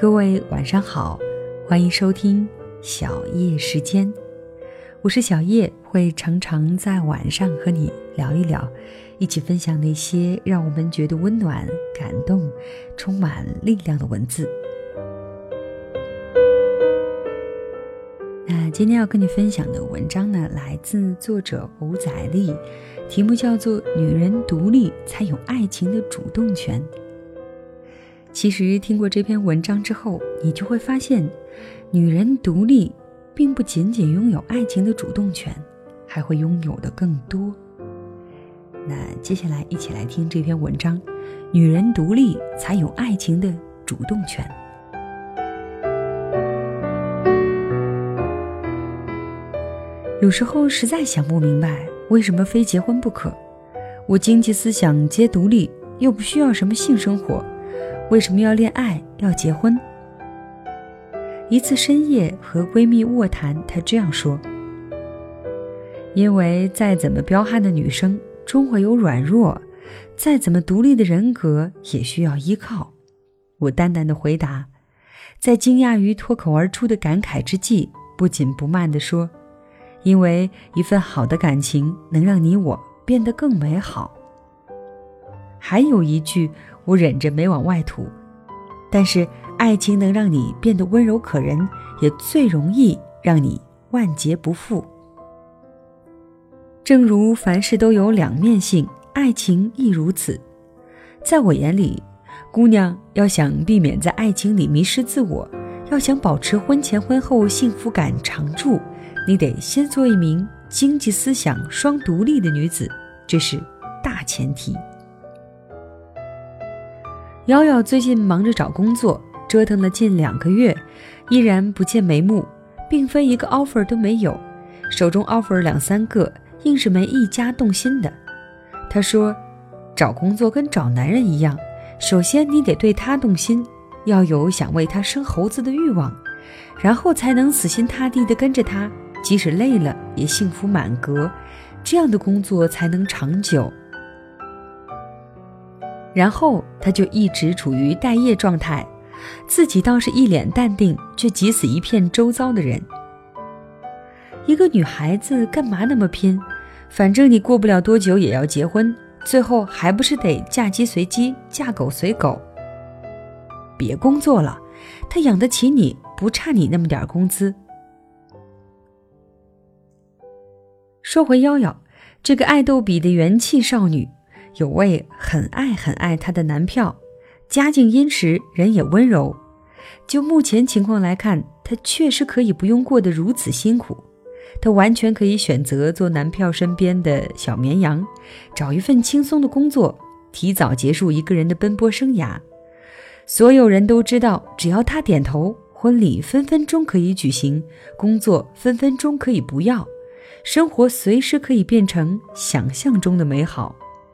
各位晚上好，欢迎收听小叶时间，我是小叶，会常常在晚上和你聊一聊，一起分享那些让我们觉得温暖、感动、充满力量的文字。那今天要跟你分享的文章呢，来自作者吴载丽，题目叫做《女人独立才有爱情的主动权》。其实听过这篇文章之后，你就会发现，女人独立并不仅仅拥有爱情的主动权，还会拥有的更多。那接下来一起来听这篇文章，女人独立才有爱情的主动权。有时候实在想不明白，为什么非结婚不可？我经济思想皆独立，又不需要什么性生活，为什么要恋爱，要结婚？一次深夜和闺蜜卧谈，她这样说：因为再怎么彪悍的女生终会有软弱，再怎么独立的人格也需要依靠。我淡淡的回答，在惊讶于脱口而出的感慨之际，不紧不慢地说，因为一份好的感情能让你我变得更美好。还有一句我忍着没往外吐，但是爱情能让你变得温柔可人，也最容易让你万劫不复。正如凡事都有两面性，爱情亦如此。在我眼里，姑娘要想避免在爱情里迷失自我，要想保持婚前婚后幸福感常驻，你得先做一名经济思想双独立的女子，这是大前提。瑶瑶最近忙着找工作，折腾了近2个月，依然不见眉目，并非一个 offer 都没有，手中 offer 2-3个，硬是没一家动心的。她说，找工作跟找男人一样，首先你得对他动心，要有想为他生猴子的欲望，然后才能死心塌地地跟着他，即使累了也幸福满格，这样的工作才能长久。然后他就一直处于待业状态，自己倒是一脸淡定，却急死一片周遭的人。一个女孩子干嘛那么拼？反正你过不了多久也要结婚，最后还不是得嫁鸡随鸡，嫁狗随狗。别工作了，他养得起你，不差你那么点工资。说回瑶瑶，这个爱逗比的元气少女，有位很爱她的男票，家境殷实，人也温柔。就目前情况来看，她确实可以不用过得如此辛苦，她完全可以选择做男票身边的小绵羊，找一份轻松的工作，提早结束一个人的奔波生涯。所有人都知道，只要她点头，婚礼分分钟可以举行，工作分分钟可以不要，生活随时可以变成想象中的美好。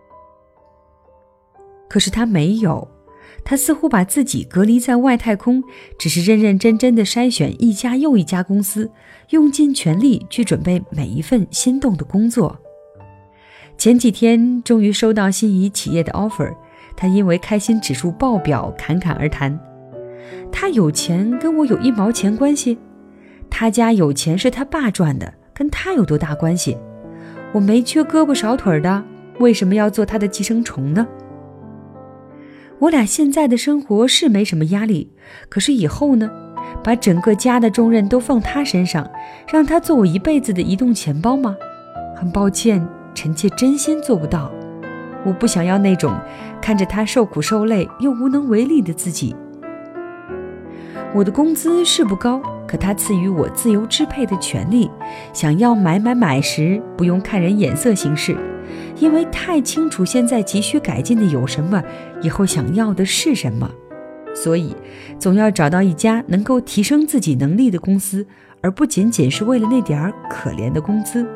可是他没有，他似乎把自己隔离在外太空，只是认认真真地筛选一家又一家公司，用尽全力去准备每一份心动的工作。前几天终于收到心仪企业的 offer， 他因为开心指数爆表侃侃而谈。他有钱跟我有1毛钱关系？他家有钱是他爸赚的，跟他有多大关系？我没缺胳膊少腿的，为什么要做他的寄生虫呢？我俩现在的生活是没什么压力，可是以后呢？把整个家的重任都放他身上，让他做我一辈子的移动钱包吗？很抱歉，臣妾真心做不到。我不想要那种看着他受苦受累又无能为力的自己。我的工资是不高，可他赐予我自由支配的权利，想要买时不用看人眼色行事，因为太清楚现在急需改进的有什么，以后想要的是什么，所以总要找到一家能够提升自己能力的公司，而不仅仅是为了那点可怜的工资。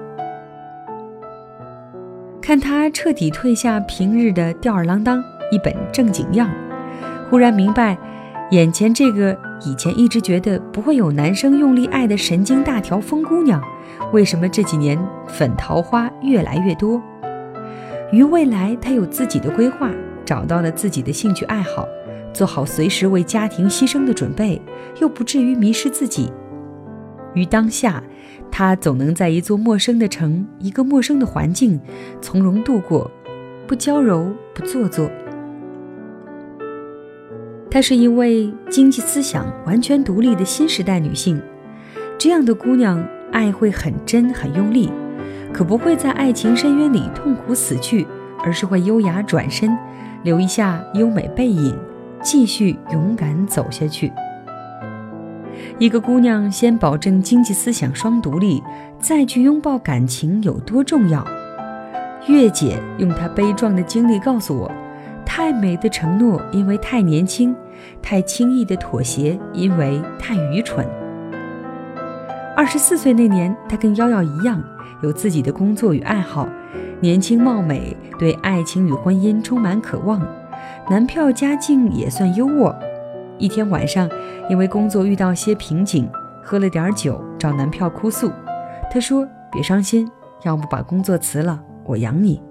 看他彻底褪下平日的吊儿郎当，一本正经样，忽然明白，眼前这个以前一直觉得不会有男生用力爱的神经大条疯姑娘，为什么这几年粉桃花越来越多。于未来他有自己的规划，找到了自己的兴趣爱好， 做好随时为家庭牺牲的准备，又不至于迷失自己。于当下，她总能在一座陌生的城，一个陌生的环境，从容度过，不娇柔，不做作。她是一位经济思想完全独立的新时代女性，这样的姑娘，爱会很真很用力，可不会在爱情深渊里痛苦死去，而是会优雅转身，留一下优美背影，继续勇敢走下去。一个姑娘先保证经济思想双独立，再去拥抱感情有多重要。月姐用她悲壮的经历告诉我，太美的承诺因为太年轻，太轻易的妥协因为太愚蠢。24岁那年，她跟瑶瑶一样，有自己的工作与爱好，年轻貌美，对爱情与婚姻充满渴望，男票家境也算优渥。一天晚上，因为工作遇到些瓶颈，喝了点酒，找男票哭诉。他说：“别伤心，要不把工作辞了，我养你。”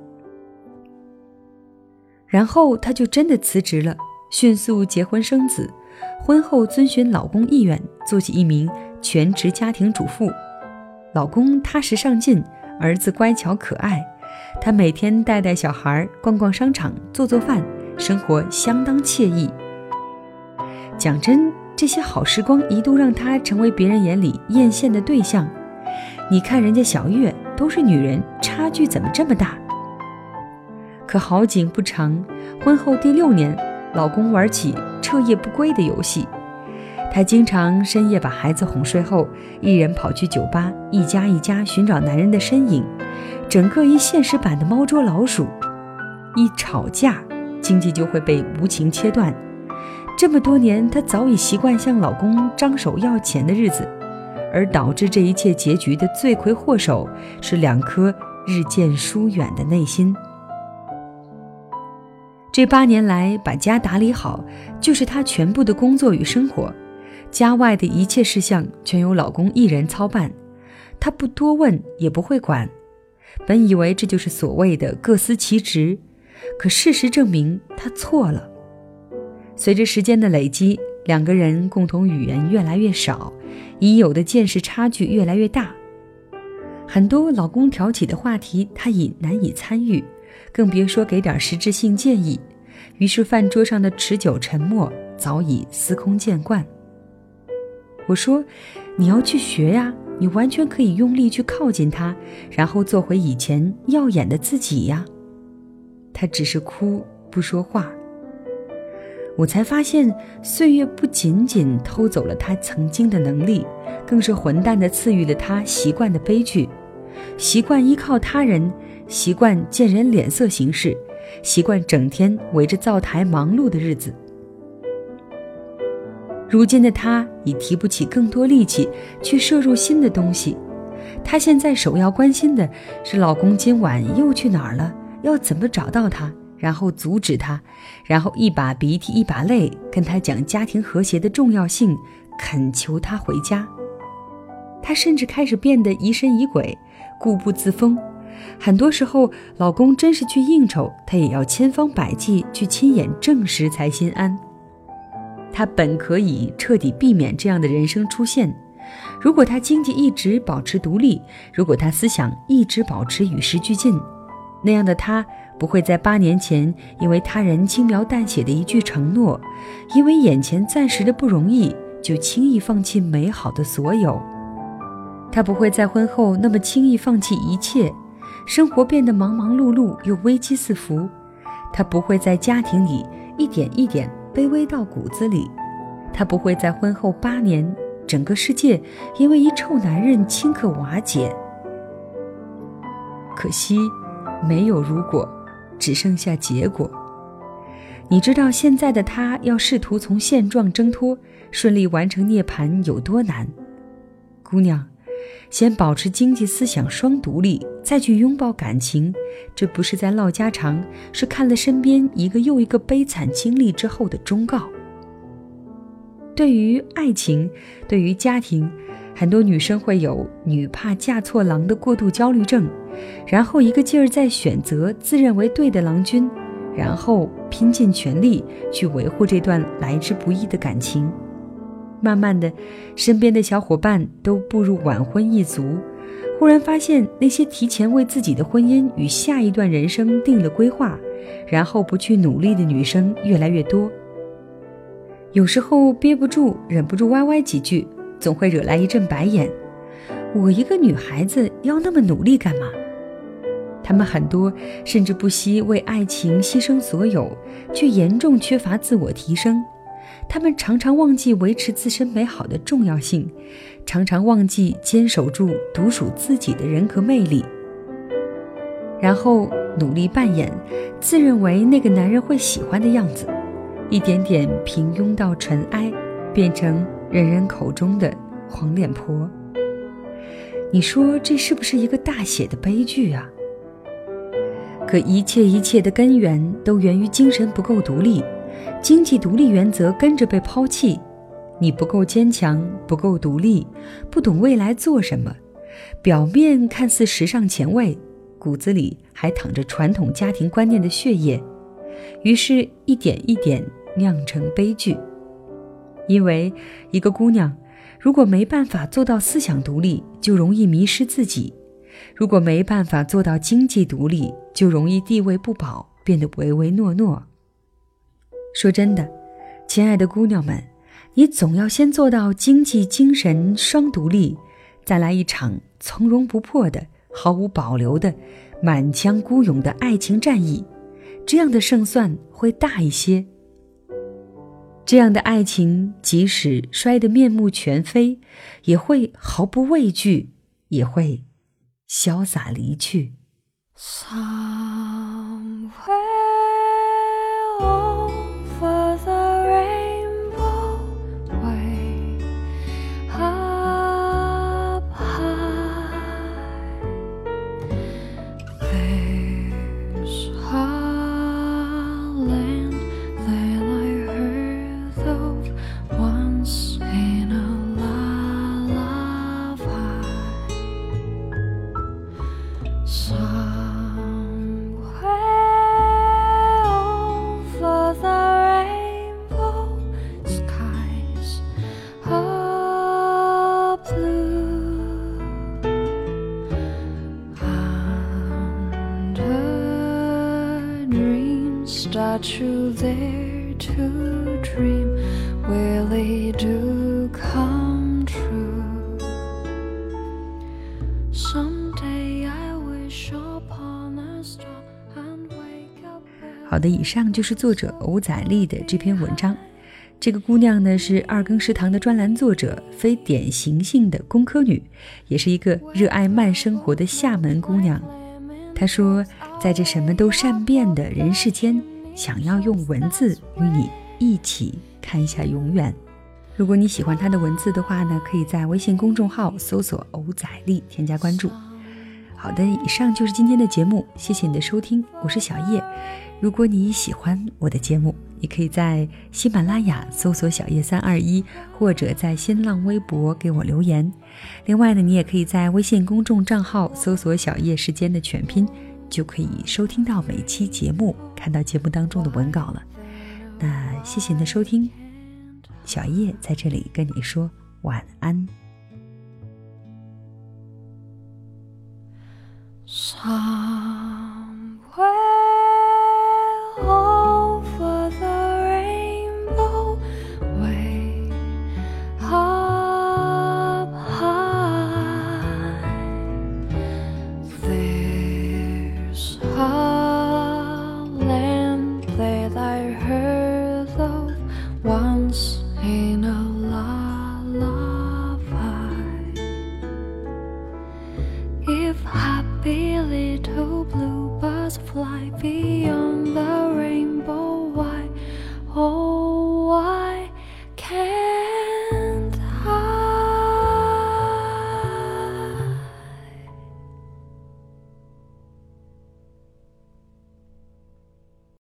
然后他就真的辞职了，迅速结婚生子，婚后遵循老公意愿，做起一名全职家庭主妇。老公踏实上进，儿子乖巧可爱，他每天带带小孩，逛逛商场，做做饭，生活相当惬意。讲真，这些好时光一度让她成为别人眼里艳羡的对象。你看人家小月，都是女人，差距怎么这么大？可好景不长，婚后第6年，老公玩起彻夜不归的游戏。她经常深夜把孩子哄睡后，一人跑去酒吧，一家一家寻找男人的身影，整个一现实版的猫捉老鼠。一吵架，经济就会被无情切断。这么多年，她早已习惯向老公张手要钱的日子，而导致这一切结局的罪魁祸首是2颗日渐疏远的内心。这8年来，把家打理好，就是她全部的工作与生活，家外的一切事项全由老公一人操办，她不多问，也不会管。本以为这就是所谓的各司其职，可事实证明她错了。随着时间的累积，2个人共同语言越来越少，已有的见识差距越来越大。很多老公挑起的话题，她已难以参与，更别说给点实质性建议。于是饭桌上的持久沉默早已司空见惯。我说，你要去学呀，你完全可以用力去靠近他，然后做回以前耀眼的自己呀。他只是哭，不说话。我才发现，岁月不仅仅偷走了他曾经的能力，更是混蛋地赐予了他习惯的悲剧。习惯依靠他人，习惯见人脸色行事，习惯整天围着灶台忙碌的日子。如今的她已提不起更多力气去摄入新的东西，她现在首要关心的是老公今晚又去哪儿了，要怎么找到他，然后阻止他，然后一把鼻涕一把泪跟他讲家庭和谐的重要性，恳求他回家。她甚至开始变得疑神疑鬼，固步自封。很多时候老公真是去应酬，她也要千方百计去亲眼证实才心安。她本可以彻底避免这样的人生出现，如果她经济一直保持独立，如果她思想一直保持与时俱进，那样的她不会在8年前因为他人轻描淡写的一句承诺，因为眼前暂时的不容易，就轻易放弃美好的所有。她不会在婚后那么轻易放弃一切，生活变得忙忙碌碌又危机四伏。她不会在家庭里一点一点卑微到骨子里，她不会在婚后8年，整个世界因为一臭男人顷刻瓦解。可惜没有如果，只剩下结果。你知道现在的她要试图从现状挣脱，顺利完成涅槃有多难？姑娘，先保持经济思想双独立，再去拥抱感情，这不是在唠家常，是看了身边一个又一个悲惨经历之后的忠告。对于爱情，对于家庭，很多女生会有女怕嫁错郎的过度焦虑症，然后一个劲儿在选择自认为对的郎君， 然后拼尽全力去维护这段来之不易的感情。慢慢的，身边的小伙伴都步入晚婚一族，忽然发现那些提前为自己的婚姻与下一段人生定了规划，然后不去努力的女生越来越多。有时候憋不住，忍不住歪歪几句，总会惹来一阵白眼。我一个女孩子要那么努力干嘛？他们很多甚至不惜为爱情牺牲所有，却严重缺乏自我提升。他们常常忘记维持自身美好的重要性，常常忘记坚守住独属自己的人格魅力，然后努力扮演自认为那个男人会喜欢的样子，一点点平庸到尘埃，变成人人口中的黄脸婆。你说这是不是一个大写的悲剧啊？可一切的根源都源于精神不够独立，经济独立原则跟着被抛弃。你不够坚强，不够独立，不懂未来做什么，表面看似时尚前卫，骨子里还淌着传统家庭观念的血液，于是一点一点酿成悲剧。因为一个姑娘如果没办法做到思想独立，就容易迷失自己；如果没办法做到经济独立，就容易地位不保，变得唯唯诺诺。说真的，亲爱的姑娘们，你总要先做到经济精神双独立，再来一场从容不迫的、毫无保留的、满腔孤勇的爱情战役，这样的胜算会大一些。这样的爱情即使摔得面目全非，也会毫不畏惧，也会潇洒离去。 Somewhere over the rainbow way up high, there's a land that I heard of once in a lullaby. Somewhere over the rainbow skies are blue, and a dream statue there to dream really do come true. Someday I wish upon a star and wake up. 好的，以上就是作者欧宰丽的这篇文章。这个姑娘呢，是二更食堂的专栏作者，非典型性的工科女，也是一个热爱慢生活的厦门姑娘。她说，在这什么都善变的人世间，想要用文字与你一起看下永远。如果你喜欢她的文字的话呢，可以在微信公众号搜索欧宰丽，添加关注。好的，以上就是今天的节目，谢谢你的收听，我是小叶。如果你喜欢我的节目，你可以在喜马拉雅搜索小叶321，或者在新浪微博给我留言。另外呢，你也可以在微信公众账号搜索小叶时间的全拼，就可以收听到每期节目，看到节目当中的文稿了。那谢谢你的收听，小叶在这里跟你说晚安。 Somewhere